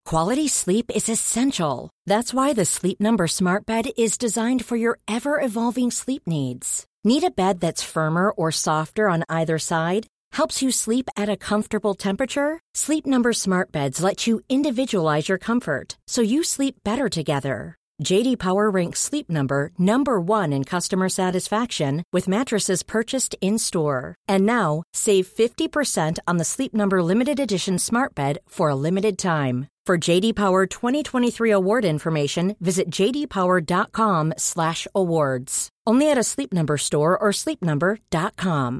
Quality sleep is essential. That's why the Sleep Number Smart Bed is designed for your ever-evolving sleep needs. Need a bed that's firmer or softer on either side? Helps you sleep at a comfortable temperature? Sleep Number Smart Beds let you individualize your comfort, so you sleep better together. J.D. Power ranks Sleep Number number 1 in customer satisfaction with mattresses purchased in-store. And now, save 50% on the Sleep Number Limited Edition Smart Bed for a limited time. For J.D. Power 2023 award information, visit jdpower.com/awards. Only at a Sleep Number store or sleepnumber.com.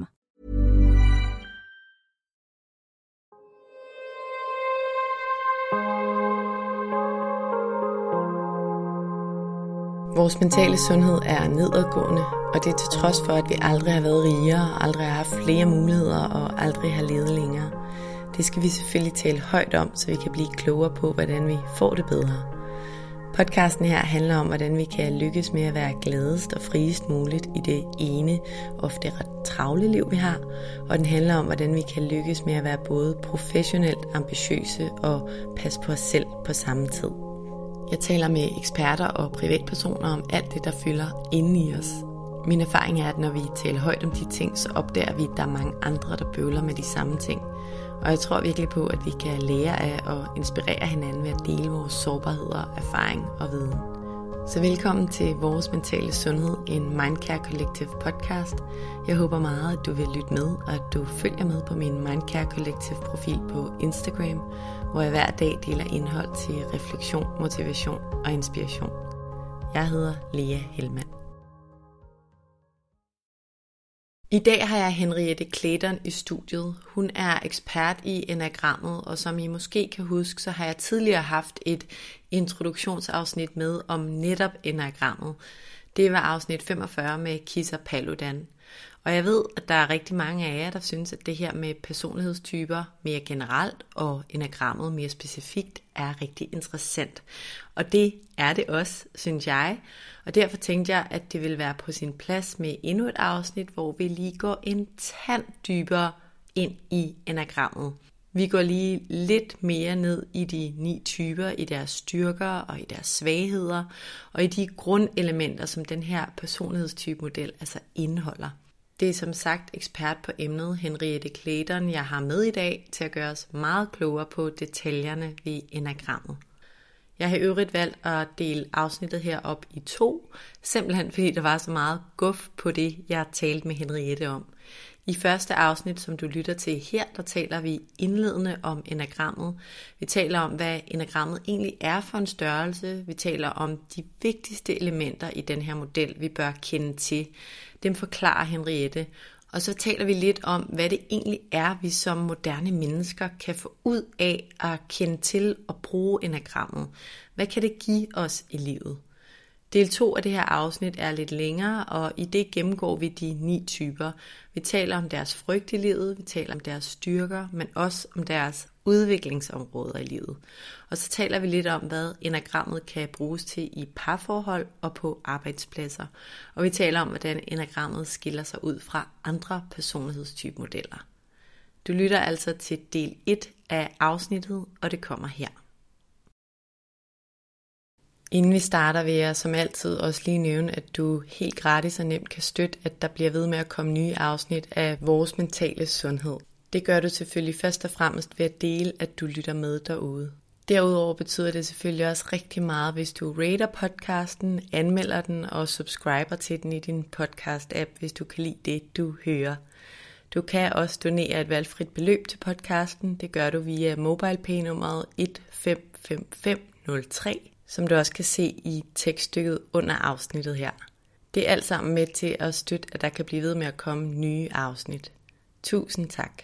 Vores mentale sundhed er nedadgående, og det er til trods for, at vi aldrig har været rigere, aldrig har haft flere muligheder og aldrig har levet længere. Det skal vi selvfølgelig tale højt om, så vi kan blive klogere på, hvordan vi får det bedre. Podcasten her handler om, hvordan vi kan lykkes med at være gladest og friest muligt i det ene, ofte ret travle liv, vi har. Og den handler om, hvordan vi kan lykkes med at være både professionelt ambitiøse og passe på os selv på samme tid. Jeg taler med eksperter og privatpersoner om alt det, der fylder inde i os. Min erfaring er, at når vi taler højt om de ting, så opdager vi, at der er mange andre, der bøvler med de samme ting. Og jeg tror virkelig på, at vi kan lære af og inspirere hinanden ved at dele vores sårbarheder, erfaring og viden. Så velkommen til Vores Mentale Sundhed, en Mindcare Collective podcast. Jeg håber meget, at du vil lytte med, og at du følger med på min Mindcare Collective profil på Instagram, hvor jeg hver dag deler indhold til refleksion, motivation og inspiration. Jeg hedder Lea Helmand. I dag har jeg Henriette Clayton i studiet. Hun er ekspert i enagrammet, og som I måske kan huske, så har jeg tidligere haft et introduktionsafsnit med om netop enagrammet. Det var afsnit 45 med Kissa Paludan. Og jeg ved, at der er rigtig mange af jer, der synes, at det her med personlighedstyper mere generelt og enagrammet mere specifikt er rigtig interessant. Og det er det også, synes jeg. Og derfor tænkte jeg, at det ville være på sin plads med endnu et afsnit, hvor vi lige går en tand dybere ind i enagrammet. Vi går lige lidt mere ned i de 9 typer, i deres styrker og i deres svagheder, og i de grundelementer, som den her personlighedstype-model altså indeholder. Det er som sagt ekspert på emnet Henriette Clayton, jeg har med i dag til at gøre os meget klogere på detaljerne ved enagrammet. Jeg har i øvrigt valgt at dele afsnittet her op i 2, simpelthen fordi der var så meget guf på det, jeg talte med Henriette om. I første afsnit, som du lytter til her, der taler vi indledende om enagrammet. Vi taler om, hvad enagrammet egentlig er for en størrelse. Vi taler om de vigtigste elementer i den her model, vi bør kende til. Dem forklarer Henriette. Og så taler vi lidt om, hvad det egentlig er, vi som moderne mennesker kan få ud af at kende til og bruge enagrammet. Hvad kan det give os i livet? Del 2 af det her afsnit er lidt længere, og i det gennemgår vi de 9 typer. Vi taler om deres frygt i livet, vi taler om deres styrker, men også om deres udviklingsområder i livet. Og så taler vi lidt om, hvad enagrammet kan bruges til i parforhold og på arbejdspladser. Og vi taler om, hvordan enagrammet skiller sig ud fra andre personlighedstypemodeller. Du lytter altså til del 1 af afsnittet, og det kommer her. Inden vi starter, vil jeg som altid også lige nævne, at du helt gratis og nemt kan støtte, at der bliver ved med at komme nye afsnit af Vores Mentale Sundhed. Det gør du selvfølgelig først og fremmest ved at dele, at du lytter med derude. Derudover betyder det selvfølgelig også rigtig meget, hvis du rater podcasten, anmelder den og subscriber til den i din podcast-app, hvis du kan lide det, du hører. Du kan også donere et valgfrit beløb til podcasten. Det gør du via MobilePay-nummeret 155503. som du også kan se i tekststykket under afsnittet her. Det er alt sammen med til at støtte, at der kan blive ved med at komme nye afsnit. Tusind tak.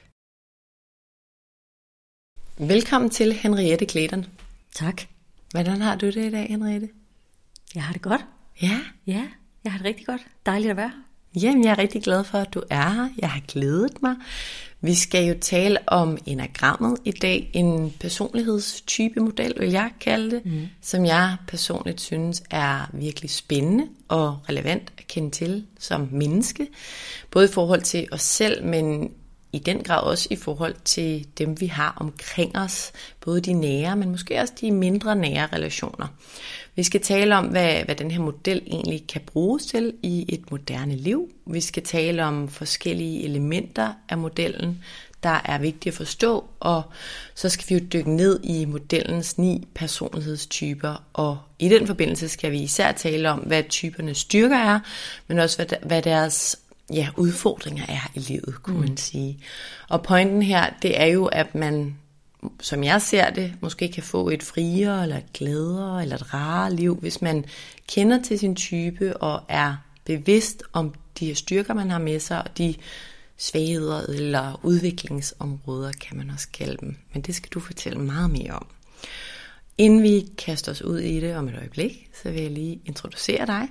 Velkommen til Henriette Clayton. Tak. Hvordan har du det i dag, Henriette? Jeg har det godt. Ja? Ja, jeg har det rigtig godt. Dejligt at være her. Jamen, jeg er rigtig glad for, at du er her. Jeg har glædet mig. Vi skal jo tale om enagrammet i dag. En personlighedstypemodel, vil jeg kalde det, som jeg personligt synes er virkelig spændende og relevant at kende til som menneske. Både i forhold til os selv, men i den grad også i forhold til dem, vi har omkring os, både de nære, men måske også de mindre nære relationer. Vi skal tale om, hvad den her model egentlig kan bruges til i et moderne liv. Vi skal tale om forskellige elementer af modellen, der er vigtige at forstå, og så skal vi jo dykke ned i modellens 9 personlighedstyper, og i den forbindelse skal vi især tale om, hvad typernes styrker er, men også hvad deres udfordringer er i livet, kunne man sige. Og pointen her, det er jo, at man, som jeg ser det, måske kan få et friere, eller et gladere, eller et rarere liv, hvis man kender til sin type, og er bevidst om de her styrker, man har med sig, og de svagheder eller udviklingsområder, kan man også kalde dem. Men det skal du fortælle meget mere om. Inden vi kaster os ud i det om et øjeblik, så vil jeg lige introducere dig.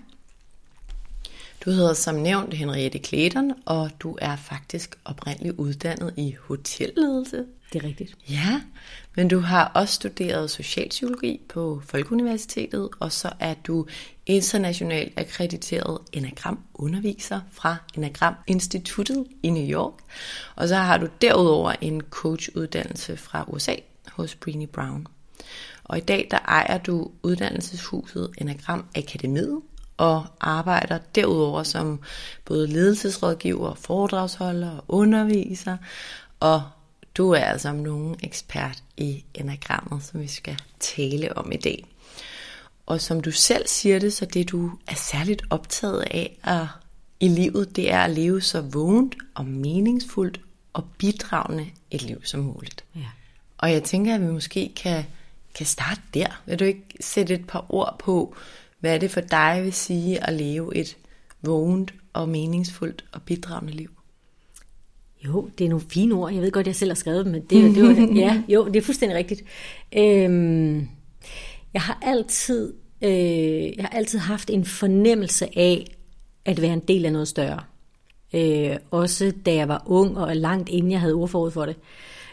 Du hedder som nævnt Henriette Clayton, og du er faktisk oprindeligt uddannet i hotelledelse. Det er rigtigt. Ja, men du har også studeret socialpsykologi på Folkeuniversitetet, og så er du internationalt akkrediteret enagram-underviser fra Enagram Instituttet i New York. Og så har du derudover en coachuddannelse fra USA hos Brené Brown. Og i dag der ejer du uddannelseshuset Enagram Akademiet, og arbejder derudover som både ledelsesrådgiver, foredragsholder og underviser, og du er altså om nogen ekspert i enagrammet, som vi skal tale om i dag. Og som du selv siger det, så det du er særligt optaget af i livet, det er at leve så vågent og meningsfuldt og bidragende et liv som muligt. Ja. Og jeg tænker, at vi måske kan starte der. Vil du ikke sætte et par ord på, hvad det for dig vil sige at leve et vågent og meningsfuldt og bidragende liv? Jo, det er nogle fine ord. Jeg ved godt, jeg selv har skrevet dem, men det er fuldstændig rigtigt. Jeg har altid haft en fornemmelse af at være en del af noget større. Også da jeg var ung og langt inden jeg havde ord forud for det.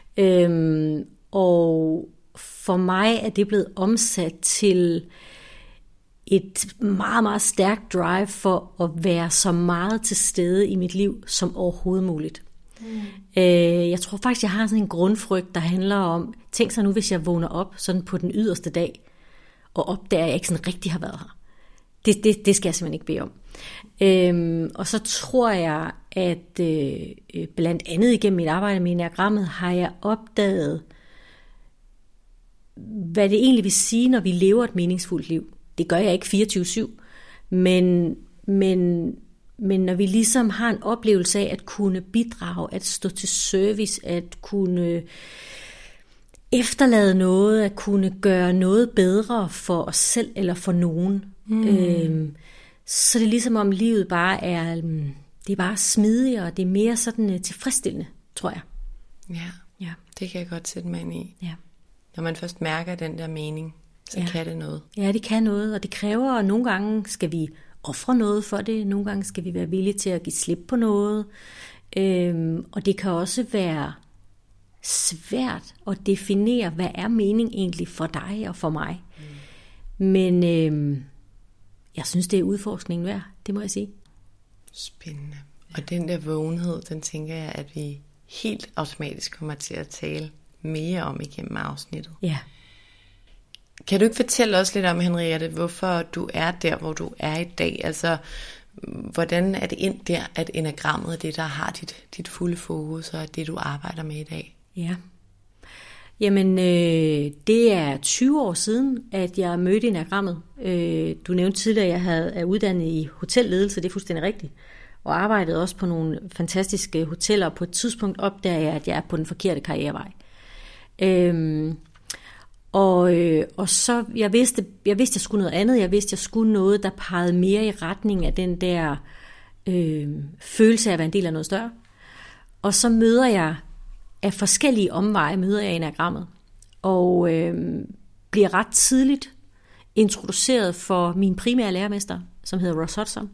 Og for mig er det blevet omsat til et meget, meget stærkt drive for at være så meget til stede i mit liv som overhovedet muligt. Jeg tror faktisk, jeg har sådan en grundfrygt, der handler om, tænk så nu, hvis jeg vågner op sådan på den yderste dag, og opdager, at jeg ikke sådan rigtig har været her. Det skal jeg simpelthen ikke bede om. Og så tror jeg, at blandt andet igennem mit arbejde med enagrammet, har jeg opdaget, hvad det egentlig vil sige, når vi lever et meningsfuldt liv. Det gør jeg ikke 24/7, men når vi ligesom har en oplevelse af at kunne bidrage, at stå til service, at kunne efterlade noget, at kunne gøre noget bedre for os selv eller for nogen. Så det er ligesom om livet bare er, det er bare smidigere, det er mere sådan tilfredsstillende, tror jeg. Ja, det kan jeg godt sætte mig ind i. Ja. Når man først mærker den der mening, så kan det noget. Ja, det kan noget, og det kræver, at nogle gange skal vi ofre noget for det, nogle gange skal vi være villige til at give slip på noget, og det kan også være svært at definere, hvad er mening egentlig for dig og for mig. Men jeg synes, det er udforskningen værd, det må jeg sige. Spændende. Og den der vågenhed, den tænker jeg, at vi helt automatisk kommer til at tale mere om igennem afsnittet. Ja. Kan du ikke fortælle os lidt om, Henriette, hvorfor du er der, hvor du er i dag? Altså, hvordan er det ind der, at enagrammet er det, der har dit fulde fokus, og det, du arbejder med i dag? Ja. Jamen, det er 20 år siden, at jeg mødte enagrammet. Du nævnte tidligere, at jeg er uddannet i hotelledelse, det er fuldstændig rigtigt. Og arbejdede også på nogle fantastiske hoteller. På et tidspunkt opdager jeg, at jeg er på den forkerte karrierevej. Og så, jeg vidste, jeg skulle noget andet. Jeg vidste, jeg skulle noget, der pegede mere i retning af den der følelse af at være en del af noget større. Og så møder jeg af forskellige omveje, enagrammet. Og bliver ret tidligt introduceret for min primære lærermester, som hedder Ross Hudson.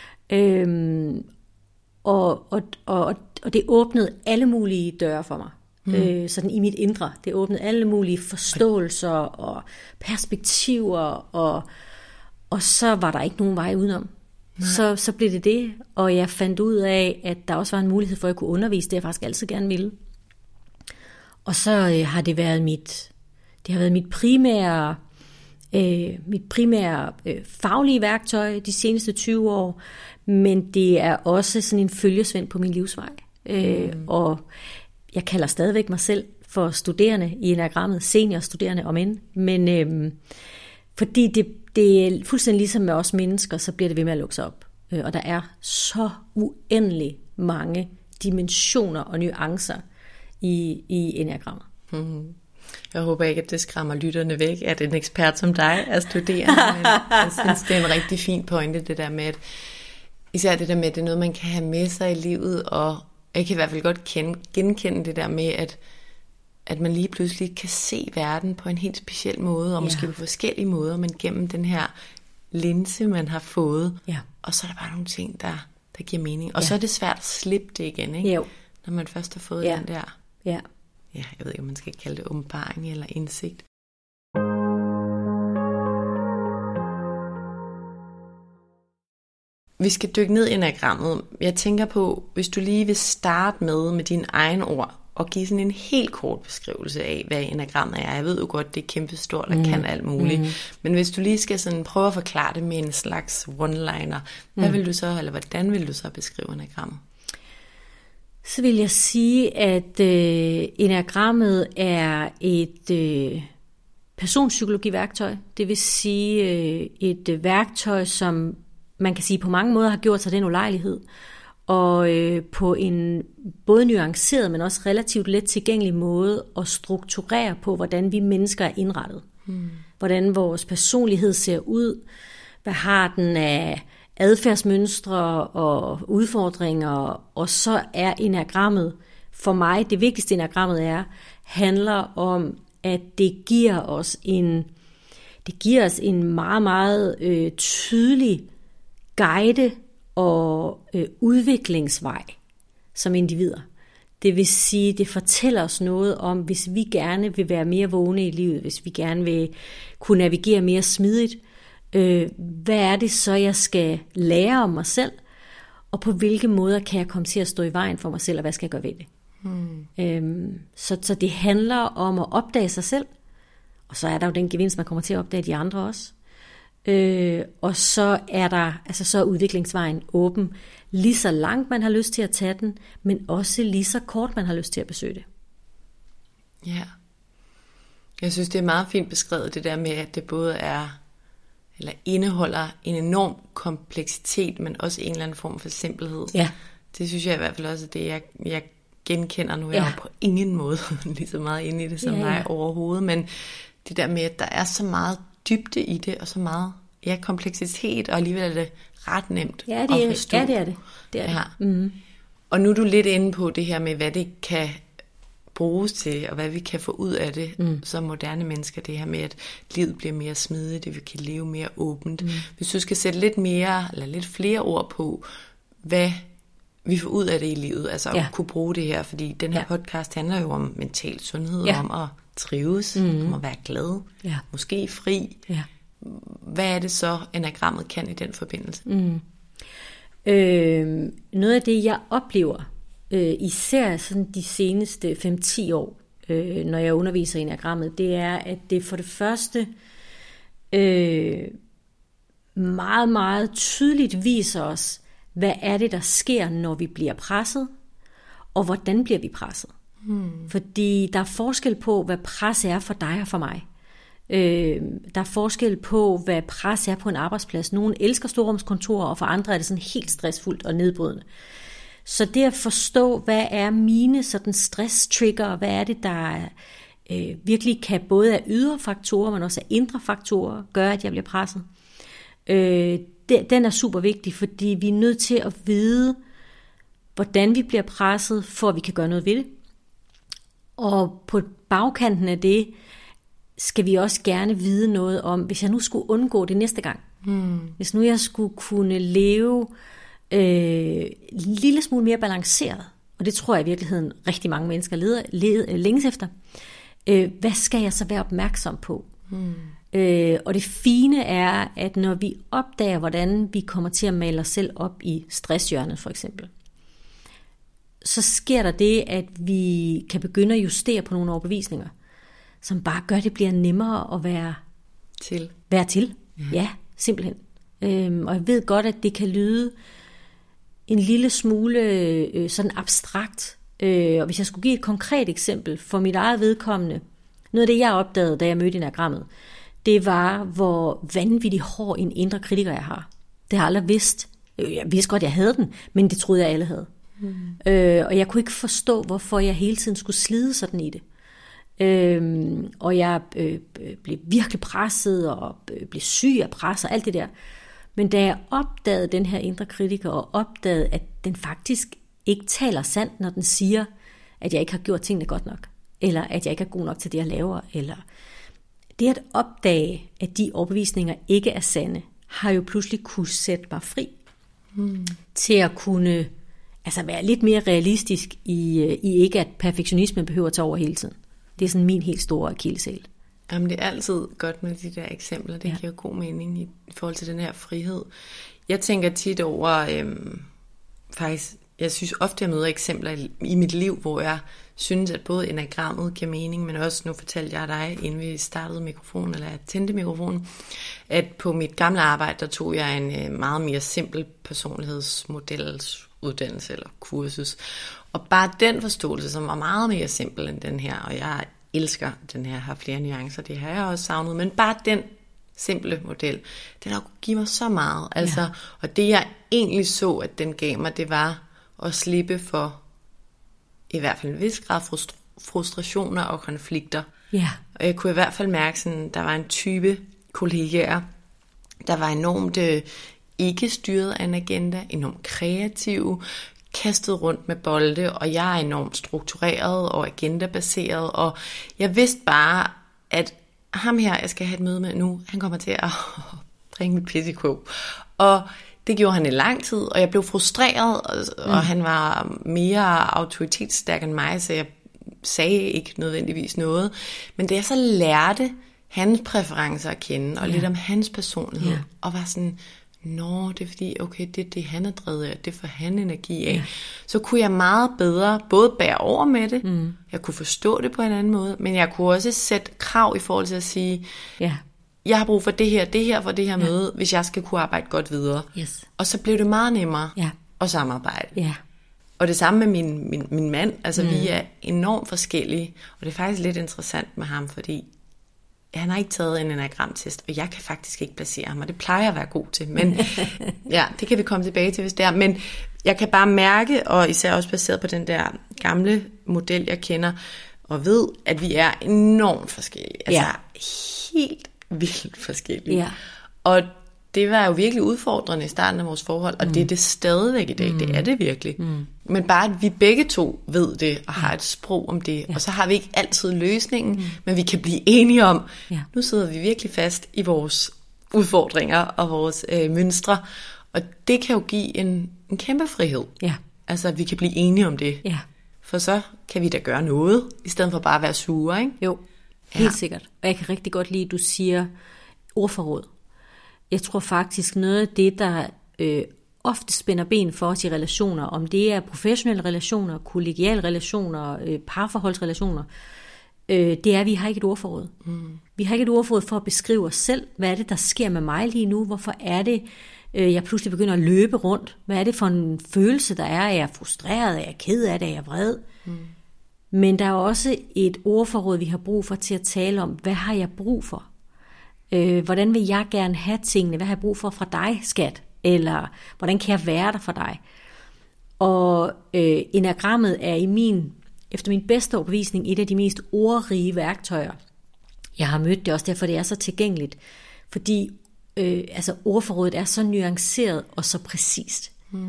Og det åbnede alle mulige døre for mig. Sådan i mit indre. Det åbnede alle mulige forståelser og perspektiver, og så var der ikke nogen vej udenom. Så blev det, og jeg fandt ud af, at der også var en mulighed for, at jeg kunne undervise det, jeg faktisk altid gerne ville. Og så har det været mit primære faglige værktøj de seneste 20 år, men det er også sådan en følgesvend på min livsvej. Og jeg kalder stadigvæk mig selv for studerende i enagrammet, seniorstuderende om end, men fordi det er fuldstændig ligesom med os mennesker, så bliver det ved med at lukke sig op. Og der er så uendelig mange dimensioner og nuancer i enagrammet. Jeg håber ikke, at det skræmmer lytterne væk, at en ekspert som dig er studerende. Men jeg synes, det er en rigtig fin pointe, det der med, at især det der med, at det er noget, man kan have med sig i livet, og jeg kan i hvert fald godt genkende det der med, at man lige pludselig kan se verden på en helt speciel måde, og måske på forskellige måder, men gennem den her linse, man har fået. Ja. Og så er der bare nogle ting, der giver mening. Og så er det svært at slippe det igen, ikke? Jo. Når man først har fået den der... Ja, jeg ved ikke, om man skal kalde det åbenbaring eller indsigt. Vi skal dykke ned i enagrammet. Jeg tænker på, hvis du lige vil starte med dine egne ord, og give sådan en helt kort beskrivelse af, hvad enagrammet er. Jeg ved jo godt, det er kæmpestort og kan alt muligt. Men hvis du lige skal sådan prøve at forklare det med en slags one-liner, hvordan vil du så beskrive enagrammet? Så vil jeg sige, at enagrammet er et personpsykologiværktøj. Det vil sige et værktøj, som man kan sige på mange måder har gjort sig den ulejlighed, og på en både nuanceret, men også relativt let tilgængelig måde at strukturere på, hvordan vi mennesker er indrettet. Hvordan vores personlighed ser ud, hvad har den af adfærdsmønstre og udfordringer, og så er enagrammet, for mig, det vigtigste enagrammet handler om, at det giver os en meget, meget tydelig guide og udviklingsvej som individer. Det vil sige, det fortæller os noget om, hvis vi gerne vil være mere vågne i livet, hvis vi gerne vil kunne navigere mere smidigt, hvad er det så, jeg skal lære om mig selv, og på hvilke måder kan jeg komme til at stå i vejen for mig selv, og hvad skal jeg gøre ved det? Så det handler om at opdage sig selv, og så er der jo den gevinst, man kommer til at opdage de andre også. Og så er udviklingsvejen åben, lige så langt man har lyst til at tage den, men også lige så kort man har lyst til at besøge det. Ja, jeg synes det er meget fint beskrevet, det der med, at det både indeholder en enorm kompleksitet, men også en eller anden form for simpelhed. Ja. Det synes jeg i hvert fald også, at det jeg genkender nu. Jeg er jo på ingen måde lige så meget inde i det som mig overhovedet, men det der med, at der er så meget dybde i det, og så meget kompleksitet, og alligevel er det ret nemt at forstå. Ja, det er det. Det er det. Mm-hmm. Og nu er du lidt inde på det her med, hvad det kan bruges til, og hvad vi kan få ud af det som moderne mennesker, det her med, at livet bliver mere smidigt, at vi kan leve mere åbent. Hvis du skal sætte lidt flere ord på, hvad vi får ud af det i livet, altså at kunne bruge det her, fordi den her podcast handler jo om mental sundhed, om at trives, om at være glad, måske fri. Ja. Hvad er det så, enagrammet kan i den forbindelse? Noget af det, jeg oplever, især sådan de seneste 5-10 år, når jeg underviser i enagrammet, det er, at det for det første meget, meget tydeligt viser os, hvad er det, der sker, når vi bliver presset, og hvordan bliver vi presset. Fordi der er forskel på, hvad pres er for dig og for mig. Der er forskel på, hvad pres er på en arbejdsplads. Nogle elsker storrumskontorer, og for andre er det sådan helt stressfuldt og nedbrydende. Så det at forstå, hvad er mine sådan stress-trigger, hvad er det, der virkelig kan både af ydre faktorer, men også af indre faktorer, gøre, at jeg bliver presset. Den er super vigtig, fordi vi er nødt til at vide, hvordan vi bliver presset, for at vi kan gøre noget ved det. Og på bagkanten af det, skal vi også gerne vide noget om, hvis jeg nu skulle undgå det næste gang. Hvis nu jeg skulle kunne leve en lille smule mere balanceret, og det tror jeg i virkeligheden rigtig mange mennesker længes efter, hvad skal jeg så være opmærksom på? Og det fine er, at når vi opdager, hvordan vi kommer til at male os selv op i stresshjørnet for eksempel, så sker der det, at vi kan begynde at justere på nogle overbevisninger, som bare gør, at det bliver nemmere at være til. Ja, simpelthen. Og jeg ved godt, at det kan lyde en lille smule sådan abstrakt. Og hvis jeg skulle give et konkret eksempel for mit eget vedkommende, noget af det, jeg opdagede, da jeg mødte enagrammet, det var, hvor vanvittigt hård en indre kritiker jeg har. Det har jeg aldrig vidst. Jeg vidste godt, jeg havde den, men det troede jeg, alle havde. Og jeg kunne ikke forstå, hvorfor jeg hele tiden skulle slide sådan i det. Og jeg blev virkelig presset, og blev syg af pres og alt det der. Men da jeg opdagede den her indre kritiker, og opdagede, at den faktisk ikke taler sandt, når den siger, at jeg ikke har gjort tingene godt nok, eller at jeg ikke er god nok til det, jeg laver, eller det at opdage, at de overbevisninger ikke er sande, har jo pludselig kunne sætte mig fri til at kunne være lidt mere realistisk i ikke, at perfektionismen behøver at tage over hele tiden. Det er sådan min helt store akilleshæl. Jamen, det er altid godt med de der eksempler. Det giver god mening i forhold til den her frihed. Jeg tænker tit over, faktisk, jeg synes ofte, jeg møder eksempler i mit liv, hvor jeg synes, at både enagrammet giver mening, men også, nu fortalte jeg dig, inden vi startede mikrofonen, eller jeg tændte mikrofonen, at på mit gamle arbejde, der tog jeg en meget mere simpel personlighedsmodelsuddannelse eller kursus. Og bare den forståelse, som var meget mere simpel end den her, og jeg elsker den her, har flere nuancer, det har jeg også savnet, men bare den simple model, den har kunne give mig så meget. Altså, og det jeg egentlig så, at den gav mig, det var at slippe for i hvert fald en vis grad frustrationer og konflikter. Ja. Og jeg kunne i hvert fald mærke, sådan, der var en type kollegaer, der var enormt ikke styret af en agenda, enormt kreative, kastet rundt med bolde, og jeg er enormt struktureret og agendabaseret, og jeg vidste bare, at ham her, jeg skal have et møde med nu, han kommer til at bringe mit pis i kog. Og det gjorde han i lang tid, og jeg blev frustreret, og han var mere autoritetsstærk end mig, så jeg sagde ikke nødvendigvis noget. Men da jeg så lærte hans præferencer at kende, og lidt om hans personlighed, og var sådan, nå, det er fordi, okay, det er det, han er drevet af, det får han energi af. Så kunne jeg meget bedre både bære over med det, jeg kunne forstå det på en anden måde, men jeg kunne også sætte krav i forhold til at sige, jeg har brug for det her for det her møde, hvis jeg skal kunne arbejde godt videre. Yes. Og så blev det meget nemmere at samarbejde. Ja. Og det samme med min mand, altså vi er enormt forskellige, og det er faktisk lidt interessant med ham, fordi han har ikke taget en enagramtest, og jeg kan faktisk ikke placere ham, og det plejer jeg at være god til, men det kan vi komme tilbage til, hvis det er. Men jeg kan bare mærke, og især også baseret på den der gamle model, jeg kender, og ved, at vi er enormt forskellige. Altså helt vildt forskellige. Ja. Og det var jo virkelig udfordrende i starten af vores forhold, og det er det stadigvæk i dag, det er det virkelig. Men bare at vi begge to ved det, og har et sprog om det, og så har vi ikke altid løsningen, men vi kan blive enige om, nu sidder vi virkelig fast i vores udfordringer og vores mønstre, og det kan jo give en kæmpe frihed. Ja. Altså at vi kan blive enige om det. Ja. For så kan vi da gøre noget, i stedet for bare at være sure, ikke? Jo, helt sikkert. Og jeg kan rigtig godt lide, at du siger ordforråd. Jeg tror faktisk noget af det, der ofte spænder ben for os i relationer, om det er professionelle relationer, kollegiale relationer, parforholdsrelationer, det er, at vi har ikke et ordforråd. Vi har ikke et ordforråd for at beskrive os selv. Hvad er det, der sker med mig lige nu? Hvorfor er det, jeg pludselig begynder at løbe rundt? Hvad er det for en følelse, der er? Er jeg frustreret? Er jeg ked af det? Er jeg vred? Men der er også et ordforråd, vi har brug for til at tale om, hvad har jeg brug for? Hvordan vil jeg gerne have tingene? Hvad har jeg brug for fra dig, skat? Eller hvordan kan jeg være der for dig? Og enagrammet er efter min bedste overbevisning et af de mest ordrige værktøjer. Jeg har mødt det også, derfor det er så tilgængeligt. Fordi ordforrådet er så nuanceret og så præcist.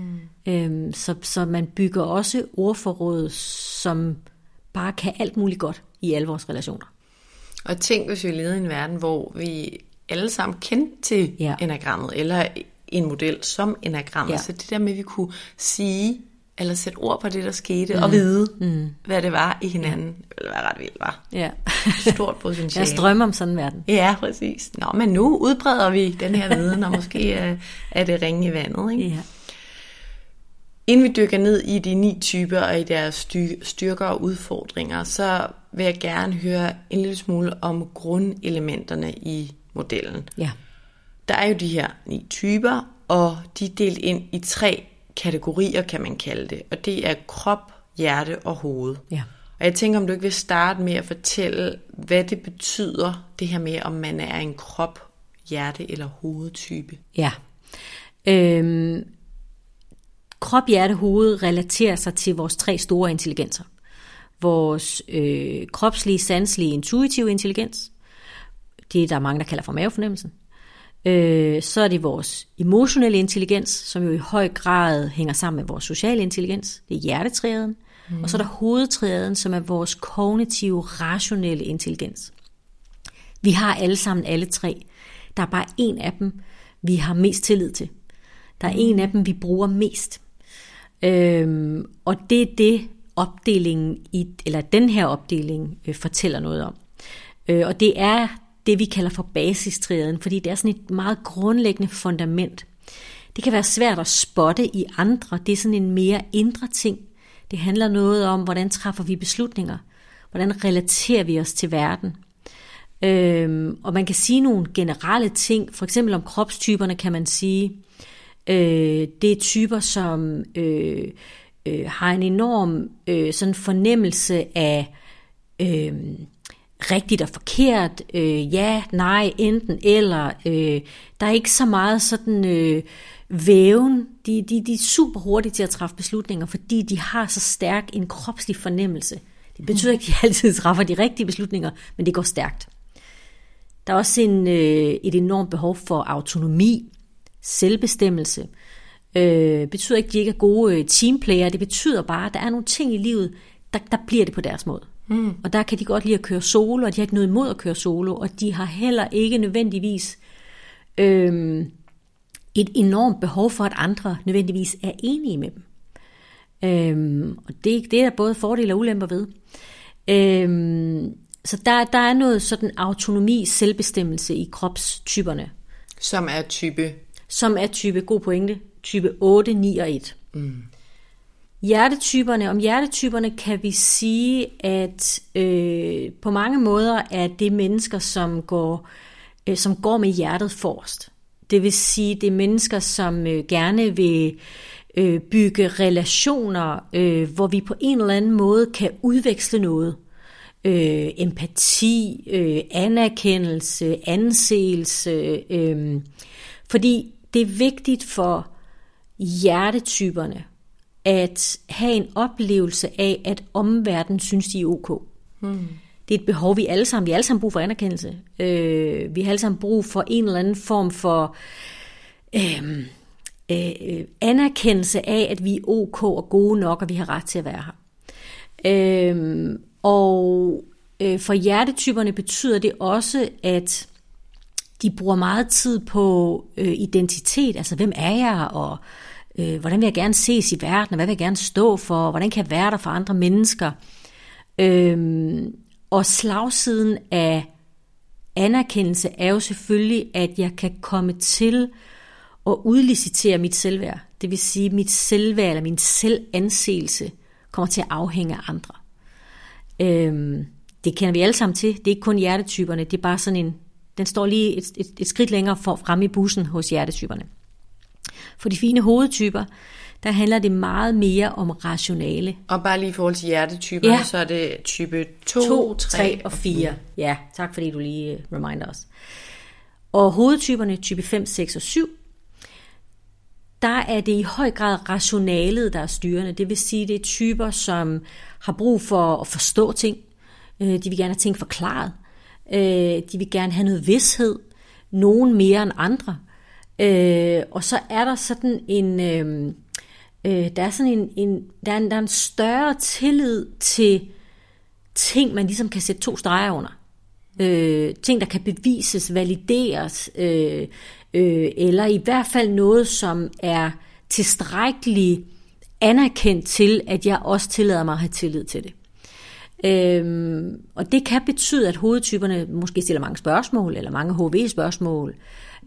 Så man bygger også ordforråd, som bare kan alt muligt godt i alle vores relationer. Og tænk, hvis vi levede i en verden, hvor vi alle sammen kendte til enagrammet, eller en model som enagrammet. Så det der med, at vi kunne sige eller sætte ord på det, der skete, og vide, hvad det var i hinanden. Det ville være ret vildt, var. Ja. Stort potentiale. Jeg drømmer om sådan en verden. Ja, præcis. Nå, men nu udbreder vi den her viden, og måske er det ringe i vandet, ikke? Ja. Inden vi dykker ned i de 9 typer og i deres styrker og udfordringer, så vil jeg gerne høre en lille smule om grundelementerne i modellen. Ja. Der er jo de her 9 typer, og de er delt ind i 3 kategorier, kan man kalde det. Og det er krop, hjerte og hoved. Ja. Og jeg tænker, om du ikke vil starte med at fortælle, hvad det betyder, det her med, om man er en krop, hjerte eller hovedtype. Ja. Krop, hjerte, hoved relaterer sig til vores 3 store intelligenser. Vores kropslige, sanselige, intuitive intelligens. Det der er mange, der kalder for mavefornemmelsen. Så er det vores emotionelle intelligens, som jo i høj grad hænger sammen med vores sociale intelligens. Det er hjertetriaden. Og så er der hovedtriaden, som er vores kognitive, rationelle intelligens. Vi har alle sammen alle 3. Der er bare en af dem, vi har mest tillid til. Der er en af dem, vi bruger mest. Og det er det opdelingen eller den her opdeling fortæller noget om. Og det er det, vi kalder for basistriaden, fordi det er sådan et meget grundlæggende fundament. Det kan være svært at spotte i andre. Det er sådan en mere indre ting. Det handler noget om, hvordan træffer vi beslutninger. Hvordan relaterer vi os til verden. Og man kan sige nogle generelle ting. For eksempel om kropstyperne kan man sige, det er typer, som har en enorm sådan fornemmelse af rigtigt og forkert, ja, nej, enten eller. Der er ikke så meget sådan væven. De er super hurtige til at træffe beslutninger, fordi de har så stærk en kropslig fornemmelse. Det betyder ikke, at de altid træffer de rigtige beslutninger, men det går stærkt. Der er også et enormt behov for autonomi, selvbestemmelse. Betyder ikke, at de ikke er gode teamplayer. Det betyder bare, at der er nogle ting i livet, der bliver det på deres måde. Og der kan de godt lide at køre solo, og de har ikke noget imod at køre solo, og de har heller ikke nødvendigvis et enormt behov for, at andre nødvendigvis er enige med dem. Og det er der både fordele og ulemper ved. Så der er noget sådan autonomi, selvbestemmelse i kropstyperne. Som er type, god pointe, type 8, 9 og 1. Om hjertetyperne kan vi sige, at på mange måder er det mennesker, som går med hjertet forrest. Det vil sige, det er mennesker, som gerne vil bygge relationer, hvor vi på en eller anden måde kan udveksle noget. Empati, anerkendelse, anseelse. Fordi det er vigtigt for hjertetyperne at have en oplevelse af, at omverdenen synes, de er ok. Det er et behov, vi alle sammen brug for anerkendelse. Vi har alle sammen brug for en eller anden form for anerkendelse af, at vi er ok og gode nok, og vi har ret til at være her. For hjertetyperne betyder det også, at de bruger meget tid på identitet, altså hvem er jeg, og hvordan vil jeg gerne ses i verden, og hvad vil jeg gerne stå for, hvordan kan jeg være der for andre mennesker. Og slagsiden af anerkendelse er jo selvfølgelig, at jeg kan komme til at udlicitere mit selvværd. Det vil sige, at mit selvværd eller min selvanseelse kommer til at afhænge af andre. Det kender vi alle sammen til. Det er ikke kun hjertetyperne. Det er bare sådan den står lige et skridt længere fremme i bussen hos hjertetyperne. For de fine hovedtyper, der handler det meget mere om rationale. Og bare lige i forhold til hjertetyperne, så er det type 2, 3 og 4. Ja, tak fordi du lige reminder os. Og hovedtyperne, type 5, 6 og 7, der er det i høj grad rationalet, der er styrende. Det vil sige, det er typer, som har brug for at forstå ting. De vil gerne have ting forklaret. De vil gerne have noget vished. Nogen mere end andre. Og så er der sådan der er en større tillid til ting, man ligesom kan sætte 2 streger under. Ting, der kan bevises, valideres, eller i hvert fald noget, som er tilstrækkeligt anerkendt til, at jeg også tillader mig at have tillid til det. Og det kan betyde, at hovedtyperne måske stiller mange spørgsmål, eller mange HV-spørgsmål.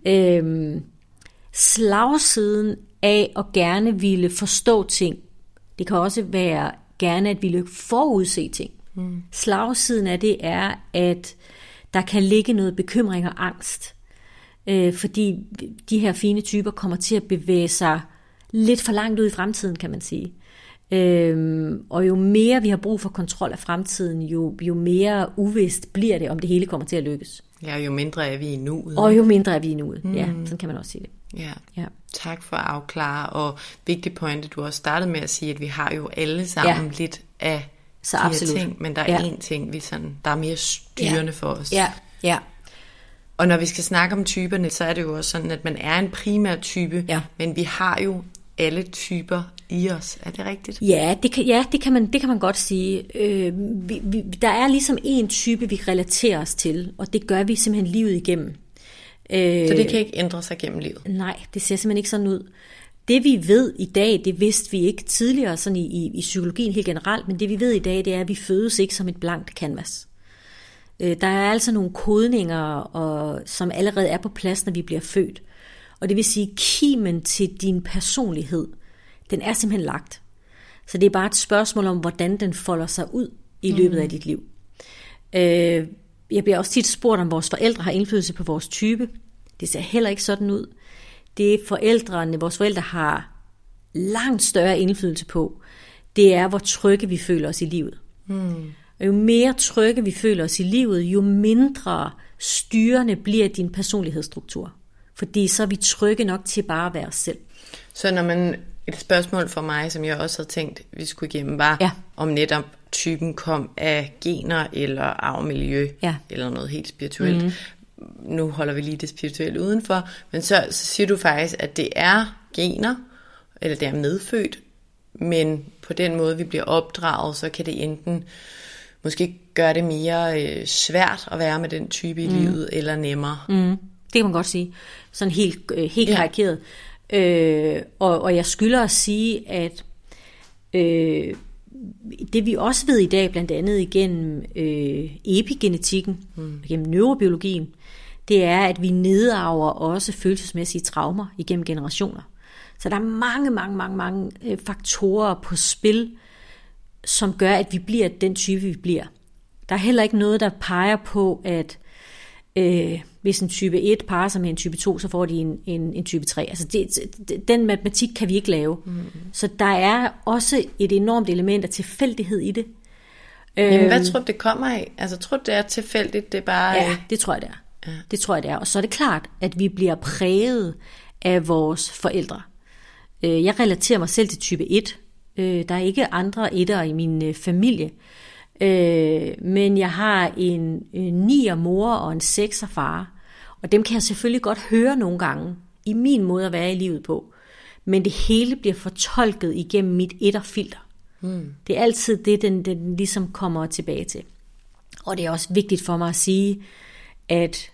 Slagsiden af at gerne ville forstå ting, det kan også være gerne at ville forudse ting. Slagsiden af det er, at der kan ligge noget bekymring og angst, fordi de her fine typer kommer til at bevæge sig lidt for langt ud i fremtiden, kan man sige. Og jo mere vi har brug for kontrol af fremtiden, jo mere uvist bliver det, om det hele kommer til at lykkes. Ja, jo mindre er vi i nuet. Og jo mindre er vi i nuet. Ja, sådan kan man også sige det. Ja. Tak for at afklare, og vigtig pointe, du også startede med at sige, at vi har jo alle sammen lidt af så de absolut. her ting, men der er én ting, der er mere styrende for os. Ja. Og når vi skal snakke om typerne, så er det jo også sådan, at man er en primær type, men vi har jo alle typer i os. Er det rigtigt? Ja, det kan man godt sige. Der er ligesom en type, vi relaterer os til, og det gør vi simpelthen livet igennem. Så det kan ikke ændre sig gennem livet? Nej, det ser simpelthen ikke sådan ud. Det vi ved i dag, det vidste vi ikke tidligere sådan i psykologien helt generelt, men det vi ved i dag, det er, at vi fødes ikke som et blankt canvas. Der er altså nogle kodninger, som allerede er på plads, når vi bliver født. Og det vil sige, kimen til din personlighed, den er simpelthen lagt. Så det er bare et spørgsmål om, hvordan den folder sig ud i løbet af dit liv. Jeg bliver også tit spurgt, om vores forældre har indflydelse på vores type. Det ser heller ikke sådan ud. Det vores forældre har langt større indflydelse på, det er, hvor trygge vi føler os i livet. Og jo mere trygge vi føler os i livet, jo mindre styrende bliver din personlighedsstruktur. Fordi så er vi trygge nok til bare at være os selv. Så når man, et spørgsmål for mig, som jeg også havde tænkt, vi skulle igennem, var om netop typen kom af gener eller arvemiljø, eller noget helt spirituelt. Nu holder vi lige det spirituelle udenfor, men så siger du faktisk, at det er gener, eller det er medfødt, men på den måde, vi bliver opdraget, så kan det enten måske gøre det mere svært at være med den type i livet, eller nemmere. Det kan man godt sige. Sådan helt karikeret. Og jeg skylder at sige, at det vi også ved i dag, blandt andet igennem epigenetikken, igennem neurobiologien, det er, at vi nedarver også følelsesmæssige traumer igennem generationer. Så der er mange faktorer på spil, som gør, at vi bliver den type, vi bliver. Der er heller ikke noget, der peger på, at hvis en type 1 parer sig med en type 2, så får de en type 3. Altså den matematik kan vi ikke lave. Så der er også et enormt element af tilfældighed i det. Jamen, hvad tror du, det kommer af? Altså, tror du, det er tilfældigt? Det er bare... Ja, det tror jeg, det er. Ja. Det tror jeg, det er. Og så er det klart, at vi bliver præget af vores forældre. Jeg relaterer mig selv til type 1. Der er ikke andre etter i min familie. Men jeg har en 9'er mor og en 6'er far. Og dem kan jeg selvfølgelig godt høre nogle gange i min måde at være i livet på. Men det hele bliver fortolket igennem mit etterfilter. Det er altid det, den ligesom kommer tilbage til. Og det er også vigtigt for mig at sige, at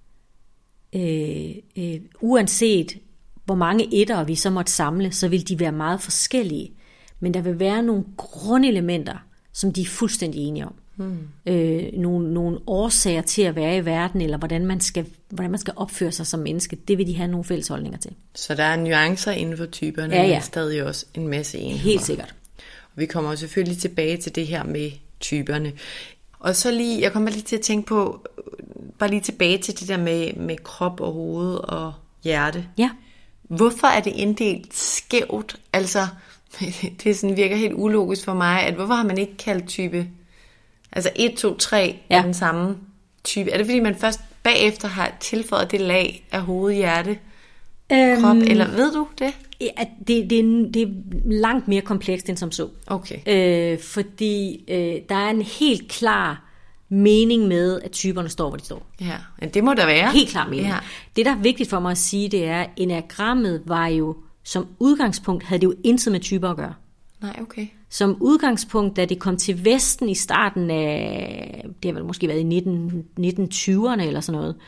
uanset hvor mange etter vi så måtte samle, så vil de være meget forskellige. Men der vil være nogle grundelementer, som de er fuldstændig enige om. Nogle årsager til at være i verden, eller hvordan man skal opføre sig som menneske, det vil de have nogle fælles holdninger til. Så der er nuancer inden for typerne, men stadig også en masse enheder. Helt sikkert. Og vi kommer selvfølgelig tilbage til det her med typerne. Og så lige, jeg kommer lige til at tænke på, bare lige tilbage til det der med krop og hoved og hjerte. Ja. Hvorfor er det inddelt skævt? Altså, det sådan virker helt ulogisk for mig, at hvorfor har man ikke kaldt type, altså 1, 2, 3 er den samme type? Er det fordi man først bagefter har tilføjet det lag af hoved, hjerte, krop, eller ved du det? Ja, det er langt mere komplekst end som så. Okay. Fordi der er en helt klar mening med, at typerne står, hvor de står. Ja, det må der være. Helt klar mening. Ja. Det, der er vigtigt for mig at sige, det er, at enagrammet var jo, som udgangspunkt havde det jo intet med typer at gøre. Nej, okay. Som udgangspunkt, da det kom til Vesten i starten af, det har vel måske været i 1920'erne eller sådan noget,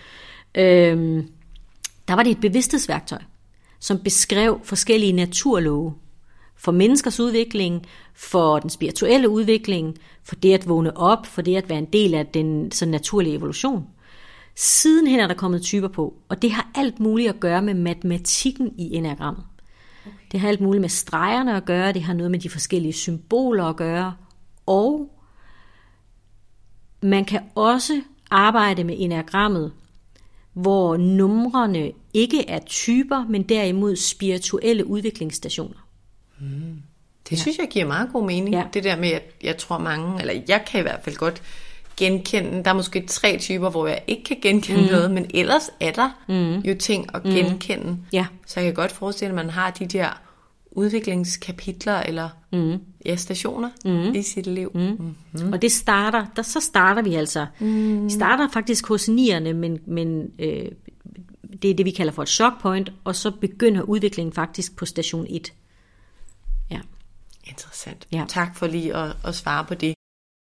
der var det et bevidsthedsværktøj, som beskrev forskellige naturlove for menneskers udvikling, for den spirituelle udvikling, for det at vågne op, for det at være en del af den så naturlige evolution. Sidenhen er der kommet typer på, og det har alt muligt at gøre med matematikken i enagrammet. Okay. Det har alt muligt med stregerne at gøre, det har noget med de forskellige symboler at gøre, og man kan også arbejde med enagrammet, hvor numrene ikke er typer, men derimod spirituelle udviklingsstationer. Det synes jeg giver meget god mening. Ja. Det der med, at jeg tror mange, eller jeg kan i hvert fald godt genkende, der er måske 3 typer, hvor jeg ikke kan genkende noget, men ellers er der jo ting at genkende. Ja. Så jeg kan godt forestille, at man har de der udviklingskapitler eller stationer i sit liv. Og det starter vi altså. Vi starter faktisk hos 9'erne, men det er det, vi kalder for et shockpoint, og så begynder udviklingen faktisk på station 1. Ja. Interessant. Ja. Tak for lige at svare på det.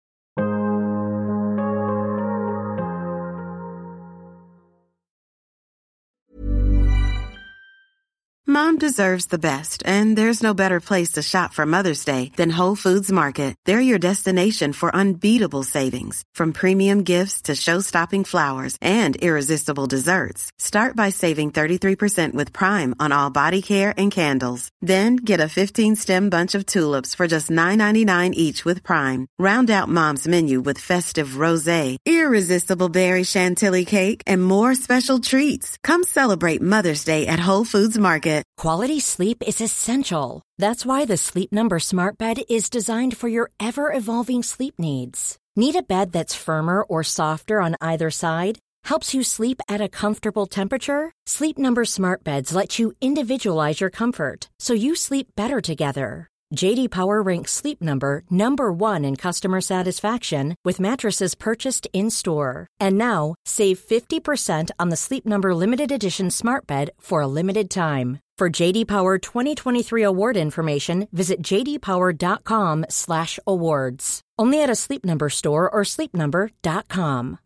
Mom deserves the best, and there's no better place to shop for Mother's Day than Whole Foods Market. They're your destination for unbeatable savings, from premium gifts to show-stopping flowers and irresistible desserts. Start by saving 33% with Prime on all body care and candles. Then get a 15-stem bunch of tulips for just $9.99 each with Prime. Round out Mom's menu with festive rosé, irresistible berry chantilly cake, and more special treats. Come celebrate Mother's Day at Whole Foods Market. Quality sleep is essential. That's why the Sleep Number Smart Bed is designed for your ever-evolving sleep needs. Need a bed that's firmer or softer on either side? Helps you sleep at a comfortable temperature? Sleep Number Smart Beds let you individualize your comfort, so you sleep better together. J.D. Power ranks Sleep Number number 1 in customer satisfaction with mattresses purchased in-store. And now, save 50% on the Sleep Number Limited Edition Smart Bed for a limited time. For J.D. Power 2023 award information, visit jdpower.com/awards. Only at a Sleep Number store or sleepnumber.com.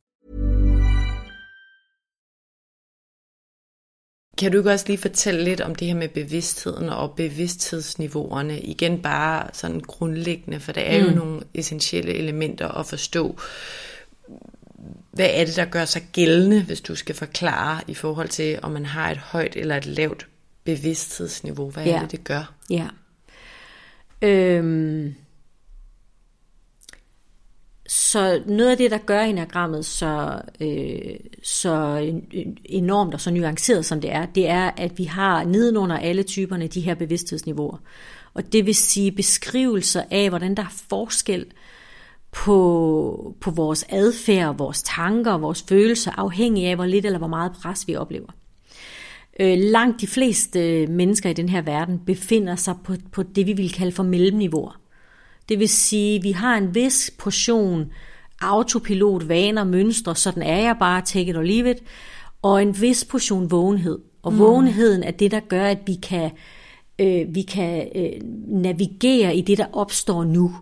Kan du ikke også lige fortælle lidt om det her med bevidstheden og bevidsthedsniveauerne? Igen bare sådan grundlæggende, for der er jo nogle essentielle elementer at forstå. Hvad er det, der gør sig gældende, hvis du skal forklare i forhold til, om man har et højt eller et lavt bevidsthedsniveau? Hvad er det gør? Ja. Så noget af det, der gør enagrammet så enormt og så nuanceret som det er, at vi har nedenunder alle typerne de her bevidsthedsniveauer. Og det vil sige beskrivelser af, hvordan der er forskel på vores adfærd, vores tanker, vores følelser, afhængig af, hvor lidt eller hvor meget pres vi oplever. Langt de fleste mennesker i den her verden befinder sig på det, vi vil kalde for mellemniveauer. Det vil sige, at vi har en vis portion autopilot, vaner, mønstre, sådan er jeg bare, take it or leave it, og en vis portion vågenhed. Og vågenheden er det, der gør, at vi kan navigere i det, der opstår nu.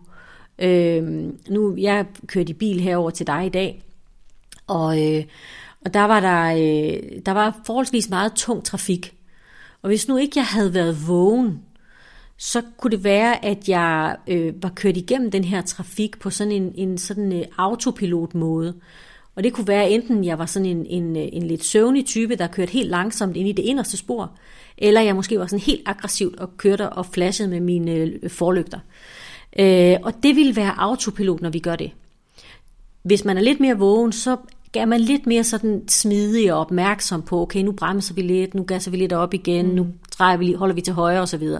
Jeg kørte i bil herover til dig i dag, og der var forholdsvis meget tung trafik. Og hvis nu ikke jeg havde været vågen, så kunne det være, at jeg var kørt igennem den her trafik på sådan en autopilot måde. Og det kunne være enten jeg var sådan en lidt søvnig type, der kørte helt langsomt ind i det inderste spor, eller jeg måske var sådan helt aggressivt og kørte og flashede med mine forlygter. Og det ville være autopilot, når vi gør det. Hvis man er lidt mere vågen, så er man lidt mere sådan smidig og opmærksom på, okay, nu bremser vi lidt, nu gasser vi lidt op igen, nu holder vi til højre osv.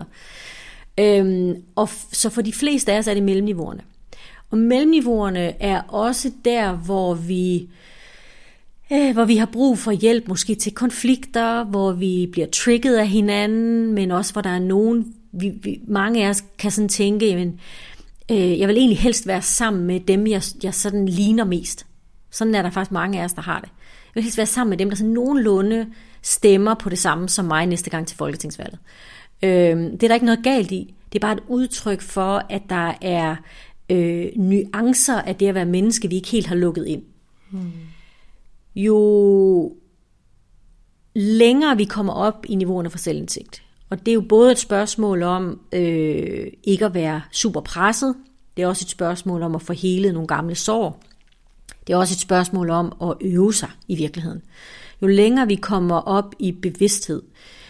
Og så for de fleste af os er det mellemniveauerne. Og mellemniveauerne er også der, hvor vi har brug for hjælp, måske til konflikter, hvor vi bliver trigget af hinanden, men også hvor der er nogen, mange af os kan sådan tænke, jamen, jeg vil egentlig helst være sammen med dem, jeg sådan ligner mest. Sådan er der faktisk mange af os, der har det. Jeg vil helst være sammen med dem, der sådan nogenlunde stemmer på det samme som mig næste gang til folketingsvalget. Det er der ikke noget galt i. Det er bare et udtryk for, at der er nuancer af det at være menneske, vi ikke helt har lukket ind. Jo længere vi kommer op i niveauerne for selvindsigt, Og det er jo både et spørgsmål om ikke at være super presset. Det er også et spørgsmål om at få helet nogle gamle sår. Det er også et spørgsmål om at øve sig i virkeligheden. Jo længere vi kommer op i bevidsthed,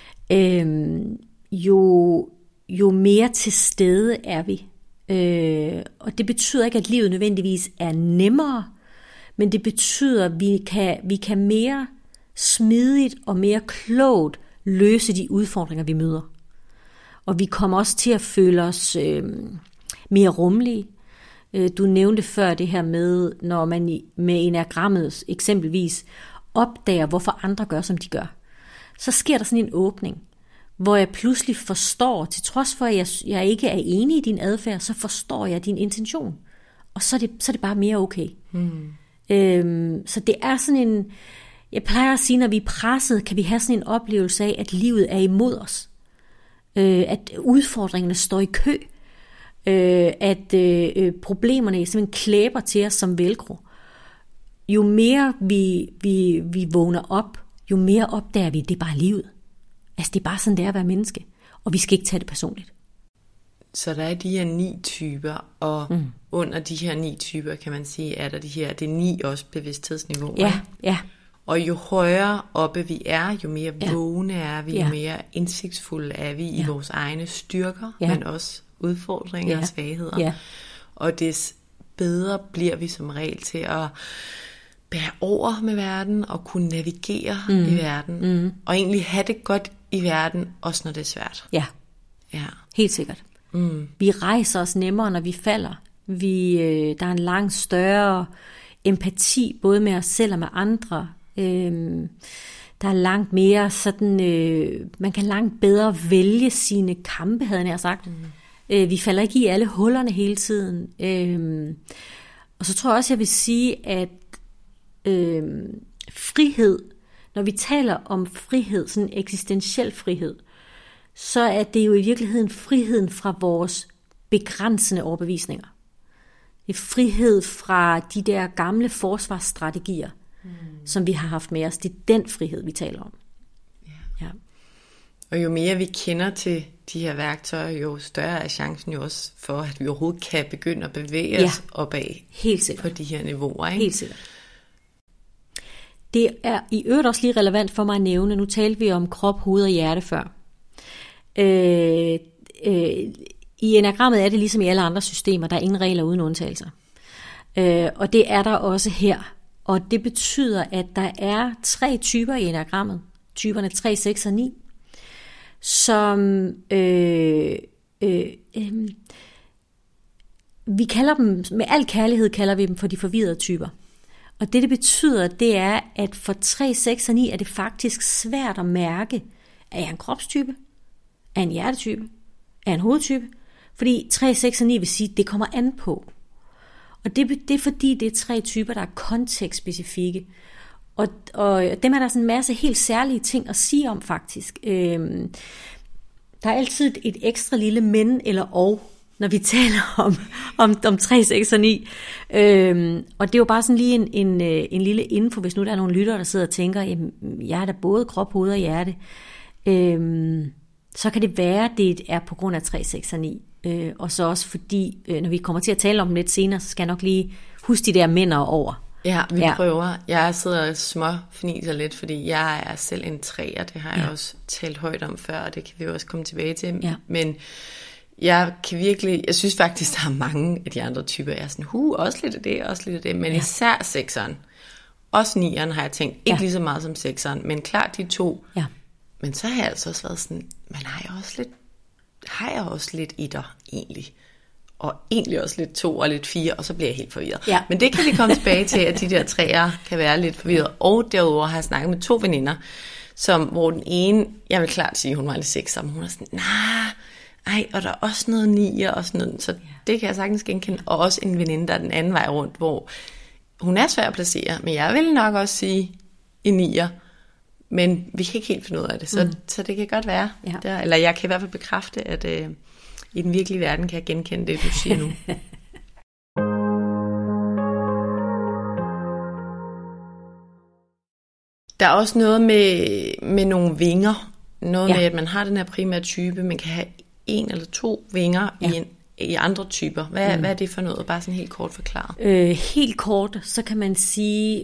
jo mere til stede er vi. Og det betyder ikke, at livet nødvendigvis er nemmere, men det betyder, at vi kan mere smidigt og mere klogt løse de udfordringer, vi møder. Og vi kommer også til at føle os mere rummelige. Du nævnte før det her med, når man med enagrammet eksempelvis opdager, hvorfor andre gør, som de gør. Så sker der sådan en åbning, hvor jeg pludselig forstår, til trods for, at jeg ikke er enig i din adfærd, så forstår jeg din intention. Og så er det bare mere okay. Så det er sådan en... Jeg plejer at sige, når vi er presset, kan vi have sådan en oplevelse af, at livet er imod os. At udfordringerne står i kø. At problemerne simpelthen klæber til os som velcro. Jo mere vi vågner op, jo mere opdager vi, at det er bare livet. Altså det er bare sådan, det er at være menneske. Og vi skal ikke tage det personligt. Så der er de her 9 typer, og under de her 9 typer, kan man sige, er der det er 9 også bevidsthedsniveauer. Ja. Og jo højere oppe vi er, jo mere vågne er vi, jo mere indsigtsfulde er vi i vores egne styrker, men også udfordringer og svagheder. Ja. Og des bedre bliver vi som regel til at bære over med verden, og kunne navigere i verden, og egentlig have det godt i verden, også når det er svært. Ja. Helt sikkert. Vi rejser os nemmere, når vi falder. Der er en langt større empati, både med os selv og med andre. Der er langt mere sådan, man kan langt bedre vælge sine kampe, havde jeg sagt. Vi falder ikke i alle hullerne hele tiden. Og så tror jeg også, jeg vil sige, at frihed, når vi taler om frihed, sådan eksistentiel frihed, så er det jo i virkeligheden friheden fra vores begrænsende overbevisninger. Det er frihed fra de der gamle forsvarsstrategier, som vi har haft med os. Det er den frihed, vi taler om. Ja. Og jo mere vi kender til de her værktøjer, jo større er chancen jo også for, at vi overhovedet kan begynde at bevæge os opad. Helt sikkert. På de her niveauer. Ikke? Helt sikkert. Det er i øvrigt også lige relevant for mig at nævne, nu talte vi om krop, hoved og hjerte før. I enagrammet er det ligesom i alle andre systemer, der er ingen regler uden undtagelser. Og det er der også her. Og det betyder, at der er 3 typer i enagrammet. Typerne 3, 6 og 9. Som vi kalder dem, med al kærlighed kalder vi dem for de forvirrede typer. Og det betyder, det er, at for 3, 6 og 9 er det faktisk svært at mærke, er jeg en kropstype? Er jeg en hjertetype? Er jeg en hovedtype? Fordi 3, 6 og 9 vil sige, at det kommer an på. Og det er fordi, det er 3 typer, der er kontekstspecifikke. Og dem er der sådan en masse helt særlige ting at sige om faktisk. Der er altid et ekstra lille men eller og, når vi taler om 3, 6 og 9. Og det er jo bare sådan lige en lille info, hvis nu der er nogle lyttere, der sidder og tænker, jamen, jeg er da både krop, hoved og hjerte. Så kan det være, det er på grund af 3, 6 og 9. Og så også fordi, når vi kommer til at tale om dem lidt senere, så skal jeg nok lige huske de der mænd over. Ja, vi prøver. Jeg sidder og småfniser lidt, fordi jeg er selv en 3'er. Det har jeg også talt højt om før, og det kan vi også komme tilbage til. Ja. Men jeg synes faktisk, der er mange af de andre typer. Jeg er sådan, også lidt af det, også lidt af det. Men især 6'eren. Også 9'eren har jeg tænkt, ikke lige så meget som 6'eren, men klart de 2. Ja. Men så har jeg altså også været sådan, man har jeg også lidt etter egentlig. Og egentlig også lidt 2 og lidt 4, og så bliver jeg helt forvirret. Ja. Men det kan vi komme tilbage til, at de der 3'ere kan være lidt forvirret. Og derudover har jeg snakket med 2 veninder, hvor den ene, jeg vil klart sige, hun var lidt 6'er, men hun er sådan, og der er også noget 9'er og sådan noget. Så det kan jeg sagtens genkende. Og også en veninde, der er den anden vej rundt, hvor hun er svær at placere, men jeg vil nok også sige en 9'er. Men vi kan ikke helt finde ud af det, så det kan godt være. Ja. Eller jeg kan i hvert fald bekræfte, at i den virkelige verden kan jeg genkende det, du siger nu. Der er også noget med nogle vinger, noget med, at man har den her primære type, man kan have 1 eller 2 vinger i andre typer. Hvad er det for noget? Bare sådan helt kort forklaret. Helt kort, så kan man sige,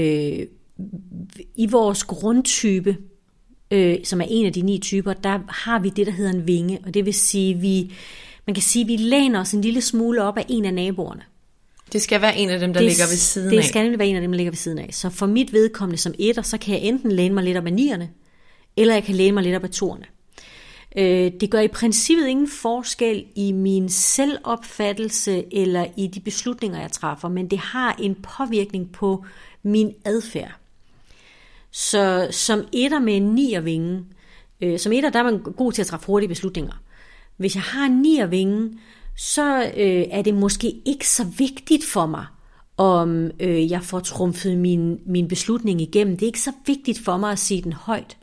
i vores grundtype, som er en af de 9 typer, der har vi det, der hedder en vinge, og det vil sige, man kan sige, at vi læner os en lille smule op af en af naboerne. Det skal være en af dem, der ligger ved siden af. Det skal nemlig være en af dem, der ligger ved siden af. Så for mit vedkommende som etter, så kan jeg enten læne mig lidt op af 9'erne, eller jeg kan læne mig lidt op af 2'erne. Det gør i princippet ingen forskel i min selvopfattelse eller i de beslutninger, jeg træffer, men det har en påvirkning på min adfærd. Så som etter med en 9'er-vinge, som etter, der er man god til at træffe hurtige beslutninger. Hvis jeg har en 9'er-vinge, så er det måske ikke så vigtigt for mig, om jeg får trumfet min beslutning igennem. Det er ikke så vigtigt for mig at sige den højt.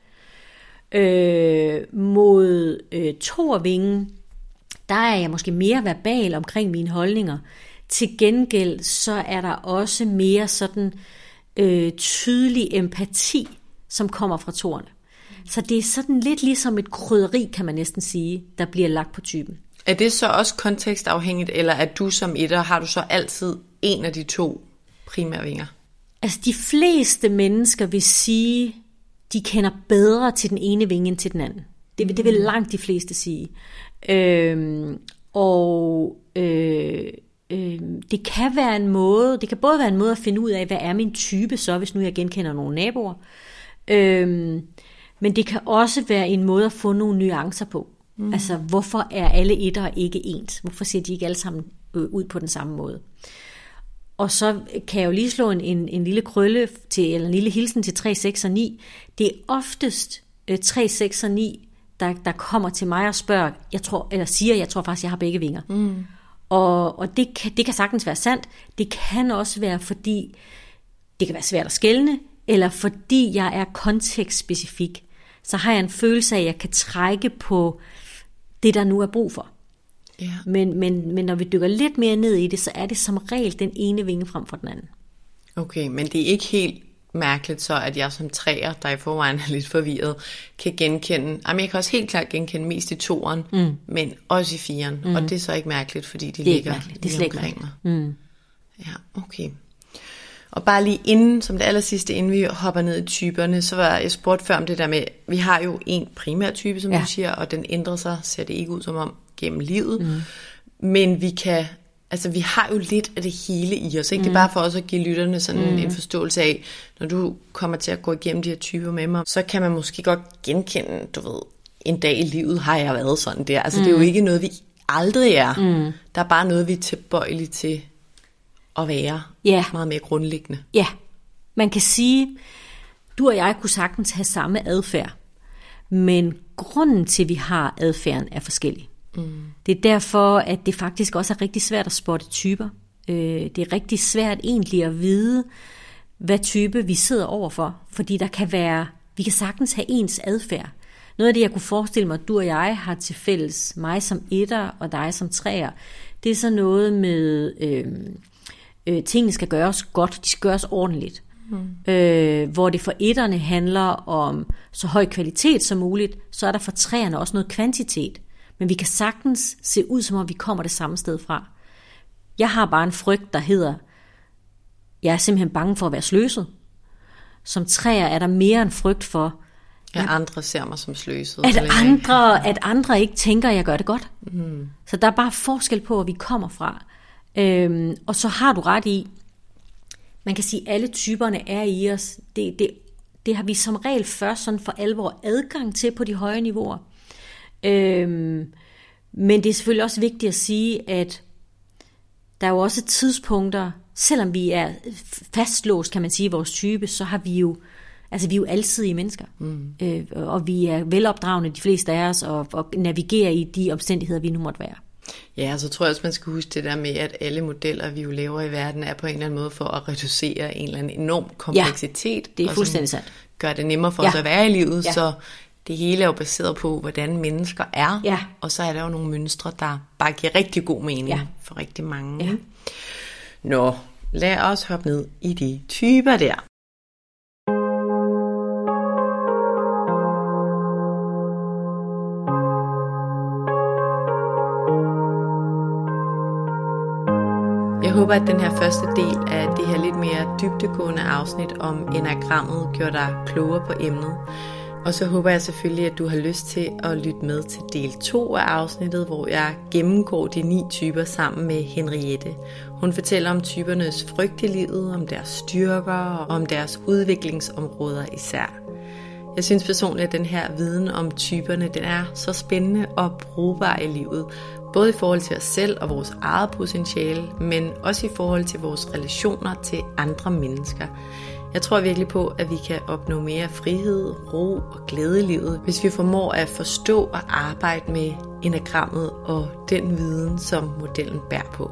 Mod 2'er-vingen, der er jeg måske mere verbal omkring mine holdninger. Til gengæld så er der også mere sådan tydelig empati, som kommer fra 2'erne. Så det er sådan lidt ligesom et krydderi, kan man næsten sige, der bliver lagt på typen. Er det så også kontekstafhængigt, eller er du som etter, har du så altid en af de 2 primære vinger? Altså de fleste mennesker vil sige, de kender bedre til den ene vinge end til den anden. Det vil langt de fleste sige. Det kan være en måde, det kan både være en måde at finde ud af, hvad er min type så, hvis nu jeg genkender nogle naboer. Men det kan også være en måde at få nogle nuancer på. Altså, hvorfor er alle etter ikke ens? Hvorfor ser de ikke alle sammen ud på den samme måde? Og så kan jeg jo lige slå en lille krølle til, eller en lille hilsen til 3, 6 og 9. Det er oftest 3, 6 og 9, der kommer til mig og spørger, jeg tror faktisk, jeg har begge vinger. Og det kan sagtens være sandt. Det kan også være, fordi det kan være svært at skelne, eller fordi jeg er kontekstspecifik. Så har jeg en følelse af, at jeg kan trække på det, der nu er brug for. Ja. Men når vi dykker lidt mere ned i det, så er det som regel den ene vinge frem for den anden. Okay, men det er ikke helt mærkeligt så, at jeg som 3'er, der i forvejen er lidt forvirret, kan genkende, jeg kan også helt klart genkende mest i 2'eren, men også i 4'eren, og det er så ikke mærkeligt, fordi de ligger lige omkring mig. Ja, okay. Og bare lige inden, som det allersidste, inden vi hopper ned i typerne, så var jeg spurgt før om det der med, vi har jo en primær type, som du siger, og den ændrer sig, ser det ikke ud som om, gennem livet. Men vi har jo lidt af det hele i os, ikke? Det er bare for os at give lytterne sådan en forståelse af, når du kommer til at gå igennem de her typer med mig, så kan man måske godt genkende, en dag i livet har jeg været sådan der. Altså det er jo ikke noget, vi aldrig er. Der er bare noget, vi er tilbøjelige til at være meget mere grundlæggende. Ja, man kan sige, du og jeg kunne sagtens have samme adfærd, men grunden til, at vi har adfærden, er forskellig. Det er derfor, at det faktisk også er rigtig svært at spotte typer. Det er rigtig svært egentlig at vide, hvad type vi sidder overfor, fordi vi kan sagtens have ens adfærd. Noget af det, jeg kunne forestille mig, at du og jeg har til fælles, mig som etter og dig som 3'er, det er så noget med, tingene skal gøres godt, de skal gøres ordentligt. Hvor det for etterne handler om så høj kvalitet som muligt, så er der for 3'erne også noget kvantitet. Men vi kan sagtens se ud, som om vi kommer det samme sted fra. Jeg har bare en frygt, der hedder, jeg er simpelthen bange for at være sløset. Som 3'er er der mere en frygt for, at andre ser mig som sløset. At andre ikke tænker, at jeg gør det godt. Så der er bare forskel på, hvor vi kommer fra. Og så har du ret i, man kan sige, at alle typerne er i os. Det har vi som regel først sådan for alvor adgang til på de høje niveauer. Men det er selvfølgelig også vigtigt at sige, at der er jo også tidspunkter, selvom vi er fastlåst, kan man sige, i vores type, så har vi jo, vi er jo alsidige mennesker. Og vi er velopdragende, de fleste af os, og navigerer i de omstændigheder, vi nu måtte være. Ja, så tror jeg også, man skal huske det der med, at alle modeller, vi jo laver i verden, er på en eller anden måde for at reducere en eller anden enorm kompleksitet. Ja, det er fuldstændig sandt. Gør det nemmere for os at være i livet, så det hele er jo baseret på, hvordan mennesker er, og så er der jo nogle mønstre, der bare giver rigtig god mening for rigtig mange. Ja. Nå, lad os hoppe ned i de typer der. håber, at den her første del af det her lidt mere dybdegående afsnit om enagrammet gjorde dig klogere på emnet. Og så håber jeg selvfølgelig, at du har lyst til at lytte med til del 2 af afsnittet, hvor jeg gennemgår de 9 typer sammen med Henriette. Hun fortæller om typernes frygt i livet, om deres styrker og om deres udviklingsområder især. Jeg synes personligt, at den her viden om typerne, den er så spændende og brugbar i livet. Både i forhold til os selv og vores eget potentiale, men også i forhold til vores relationer til andre mennesker. Jeg tror virkelig på, at vi kan opnå mere frihed, ro og glæde i livet, hvis vi formår at forstå og arbejde med enagrammet og den viden, som modellen bærer på.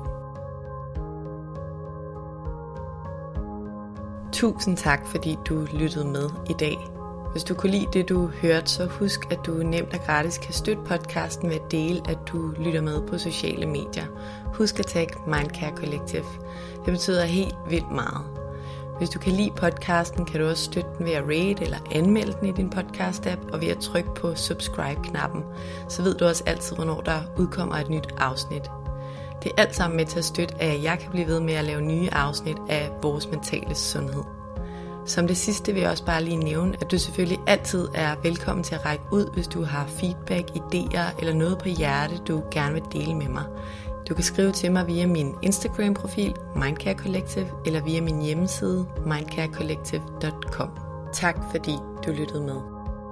Tusind tak, fordi du lyttede med i dag. Hvis du kunne lide det, du hørte, så husk, at du nemt og gratis kan støtte podcasten ved at dele, at du lytter med på sociale medier. Husk at tagge Mindcare Collective. Det betyder helt vildt meget. Hvis du kan lide podcasten, kan du også støtte den ved at rate eller anmelde den i din podcast-app og ved at trykke på subscribe-knappen. Så ved du også altid, hvornår der udkommer et nyt afsnit. Det er alt sammen med til at støtte, at jeg kan blive ved med at lave nye afsnit af vores mentale sundhed. Som det sidste vil jeg også bare lige nævne, at du selvfølgelig altid er velkommen til at række ud, hvis du har feedback, idéer eller noget på hjerte, du gerne vil dele med mig. Du kan skrive til mig via min Instagram-profil, Mindcare Collective, eller via min hjemmeside, mindcarecollective.com. Tak fordi du lyttede med.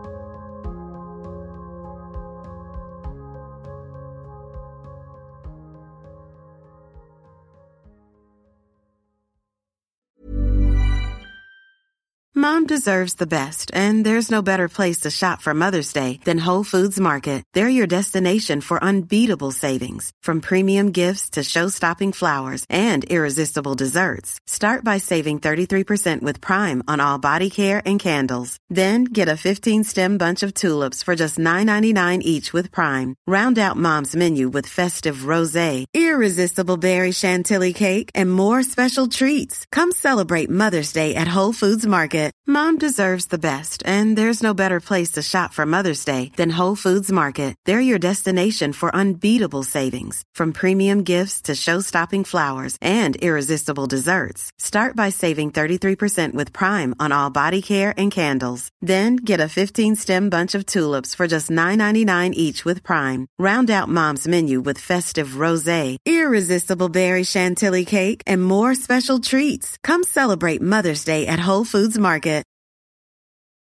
Mom deserves the best, and there's no better place to shop for Mother's Day than Whole Foods Market. They're your destination for unbeatable savings, from premium gifts to show-stopping flowers and irresistible desserts. Start by saving 33% with Prime on all body care and candles. Then get a 15-stem bunch of tulips for just $9.99 each with Prime. Round out Mom's menu with festive rosé, irresistible berry chantilly cake, and more special treats. Come celebrate Mother's Day at Whole Foods Market. Mom deserves the best, and there's no better place to shop for Mother's Day than Whole Foods Market. They're your destination for unbeatable savings, from premium gifts to show-stopping flowers and irresistible desserts. Start by saving 33% with Prime on all body care and candles. Then get a 15-stem bunch of tulips for just $9.99 each with Prime. Round out Mom's menu with festive rosé, irresistible berry chantilly cake, and more special treats. Come celebrate Mother's Day at Whole Foods Market.